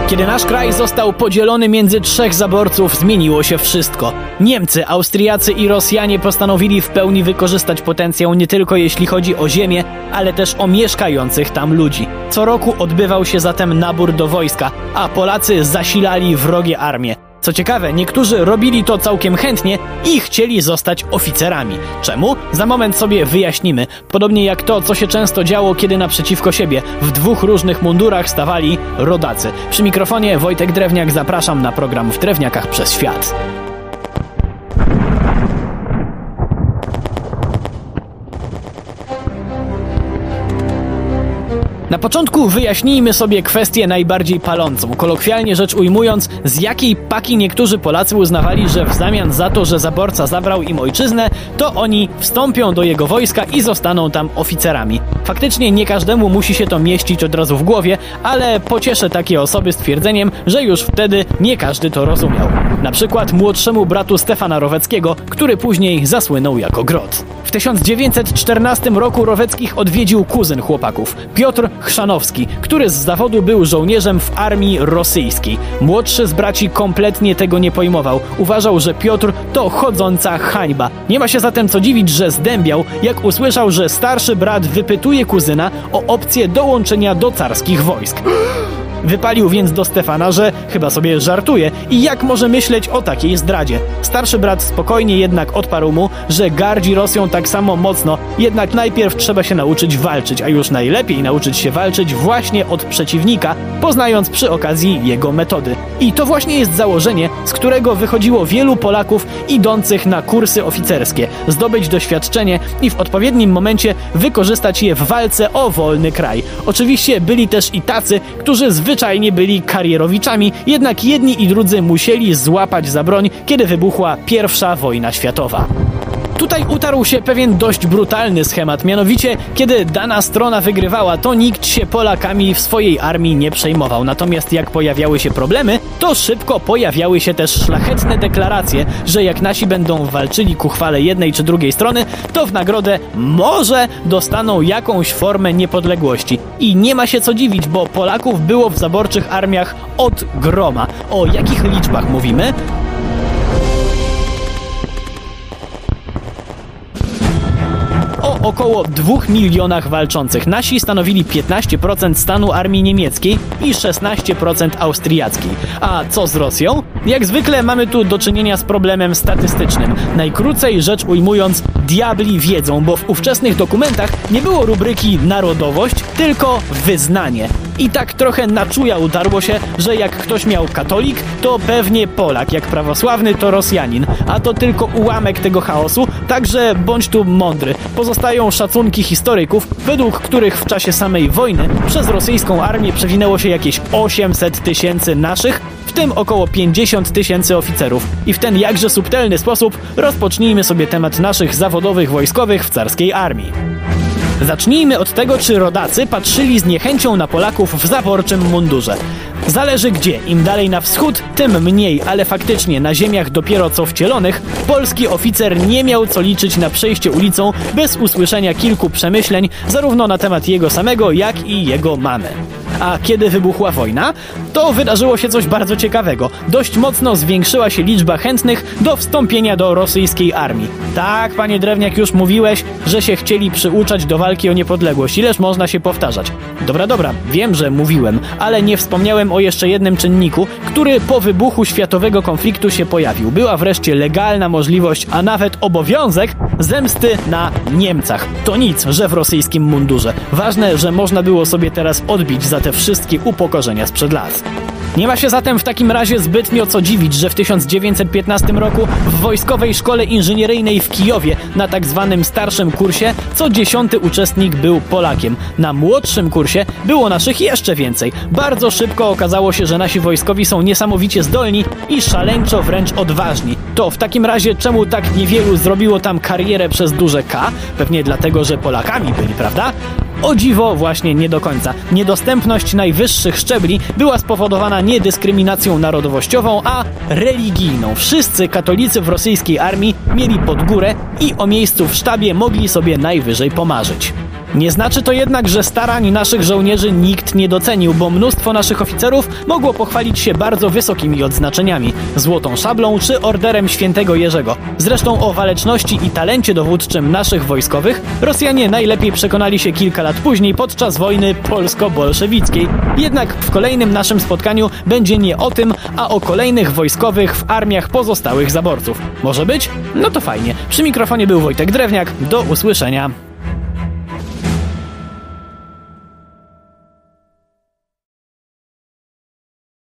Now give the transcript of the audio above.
Kiedy nasz kraj został podzielony między trzech zaborców, zmieniło się wszystko. Niemcy, Austriacy i Rosjanie postanowili w pełni wykorzystać potencjał nie tylko jeśli chodzi o ziemię, ale też o mieszkających tam ludzi. Co roku odbywał się zatem nabór do wojska, a Polacy zasilali wrogie armie. Co ciekawe, niektórzy robili to całkiem chętnie i chcieli zostać oficerami. Czemu? Za moment sobie wyjaśnimy. Podobnie jak to, co się często działo, kiedy naprzeciwko siebie w dwóch różnych mundurach stawali rodacy. Przy mikrofonie Wojtek Drewniak, zapraszam na program W Drewniakach przez Świat. Na początku wyjaśnijmy sobie kwestię najbardziej palącą. Kolokwialnie rzecz ujmując, z jakiej paki niektórzy Polacy uznawali, że w zamian za to, że zaborca zabrał im ojczyznę, to oni wstąpią do jego wojska i zostaną tam oficerami. Faktycznie nie każdemu musi się to mieścić od razu w głowie, ale pocieszę takie osoby stwierdzeniem, że już wtedy nie każdy to rozumiał. Na przykład młodszemu bratu Stefana Roweckiego, który później zasłynął jako Grot. W 1914 roku Roweckich odwiedził kuzyn chłopaków, Piotr Chrzanowski, który z zawodu był żołnierzem w armii rosyjskiej. Młodszy z braci kompletnie tego nie pojmował. Uważał, że Piotr to chodząca hańba. Nie ma się zatem co dziwić, że zdębiał, jak usłyszał, że starszy brat wypytuje kuzyna o opcję dołączenia do carskich wojsk. Wypalił więc do Stefana, że chyba sobie żartuje i jak może myśleć o takiej zdradzie. Starszy brat spokojnie jednak odparł mu, że gardzi Rosją tak samo mocno, jednak najpierw trzeba się nauczyć walczyć, a już najlepiej nauczyć się walczyć właśnie od przeciwnika, poznając przy okazji jego metody. I to właśnie jest założenie, z którego wychodziło wielu Polaków idących na kursy oficerskie, zdobyć doświadczenie i w odpowiednim momencie wykorzystać je w walce o wolny kraj. Oczywiście byli też i tacy, którzy zwyczajnie byli karierowiczami, jednak jedni i drudzy musieli złapać za broń, kiedy wybuchła I wojna światowa. Tutaj utarł się pewien dość brutalny schemat, mianowicie kiedy dana strona wygrywała, to nikt się Polakami w swojej armii nie przejmował. Natomiast jak pojawiały się problemy, to szybko pojawiały się też szlachetne deklaracje, że jak nasi będą walczyli ku chwale jednej czy drugiej strony, to w nagrodę może dostaną jakąś formę niepodległości. I nie ma się co dziwić, bo Polaków było w zaborczych armiach od groma. O jakich liczbach mówimy? O około 2 milionach walczących. Nasi stanowili 15% stanu armii niemieckiej i 16% austriackiej. A co z Rosją? Jak zwykle mamy tu do czynienia z problemem statystycznym. Najkrócej rzecz ujmując, diabli wiedzą, bo w ówczesnych dokumentach nie było rubryki narodowość, tylko wyznanie. I tak trochę na czuja utarło się, że jak ktoś miał katolik, to pewnie Polak, jak prawosławny to Rosjanin. A to tylko ułamek tego chaosu, także bądź tu mądry. Pozostają szacunki historyków, według których w czasie samej wojny przez rosyjską armię przewinęło się jakieś 800 000 naszych, w tym około 50 000 oficerów. I w ten jakże subtelny sposób rozpocznijmy sobie temat naszych zawodowych wojskowych w carskiej armii. Zacznijmy od tego, czy rodacy patrzyli z niechęcią na Polaków w zaborczym mundurze. Zależy gdzie, im dalej na wschód, tym mniej, ale faktycznie na ziemiach dopiero co wcielonych polski oficer nie miał co liczyć na przejście ulicą bez usłyszenia kilku przemyśleń zarówno na temat jego samego, jak i jego mamy. A kiedy wybuchła wojna, to wydarzyło się coś bardzo ciekawego. Dość mocno zwiększyła się liczba chętnych do wstąpienia do rosyjskiej armii. Tak, panie Drewniak, już mówiłeś, że się chcieli przyuczać do walki o niepodległość. Ileż można się powtarzać? Dobra, wiem, że mówiłem, ale nie wspomniałem o jeszcze jednym czynniku, który po wybuchu światowego konfliktu się pojawił. Była wreszcie legalna możliwość, a nawet obowiązek zemsty na Niemcach. To nic, że w rosyjskim mundurze. Ważne, że można było sobie teraz odbić za te wszystkie upokorzenia sprzed lat. Nie ma się zatem w takim razie zbytnio co dziwić, że w 1915 roku w Wojskowej Szkole Inżynieryjnej w Kijowie na tak zwanym starszym kursie co 10. uczestnik był Polakiem. Na młodszym kursie było naszych jeszcze więcej. Bardzo szybko okazało się, że nasi wojskowi są niesamowicie zdolni i szaleńczo wręcz odważni. To w takim razie czemu tak niewielu zrobiło tam karierę przez duże K? Pewnie dlatego, że Polakami byli, prawda? O dziwo, właśnie nie do końca. Niedostępność najwyższych szczebli była spowodowana nie dyskryminacją narodowościową, a religijną. Wszyscy katolicy w rosyjskiej armii mieli pod górę i o miejscu w sztabie mogli sobie najwyżej pomarzyć. Nie znaczy to jednak, że starań naszych żołnierzy nikt nie docenił, bo mnóstwo naszych oficerów mogło pochwalić się bardzo wysokimi odznaczeniami, złotą szablą czy orderem świętego Jerzego. Zresztą o waleczności i talencie dowódczym naszych wojskowych Rosjanie najlepiej przekonali się kilka lat później podczas wojny polsko-bolszewickiej. Jednak w kolejnym naszym spotkaniu będzie nie o tym, a o kolejnych wojskowych w armiach pozostałych zaborców. Może być? No to fajnie. Przy mikrofonie był Wojtek Drewniak. Do usłyszenia.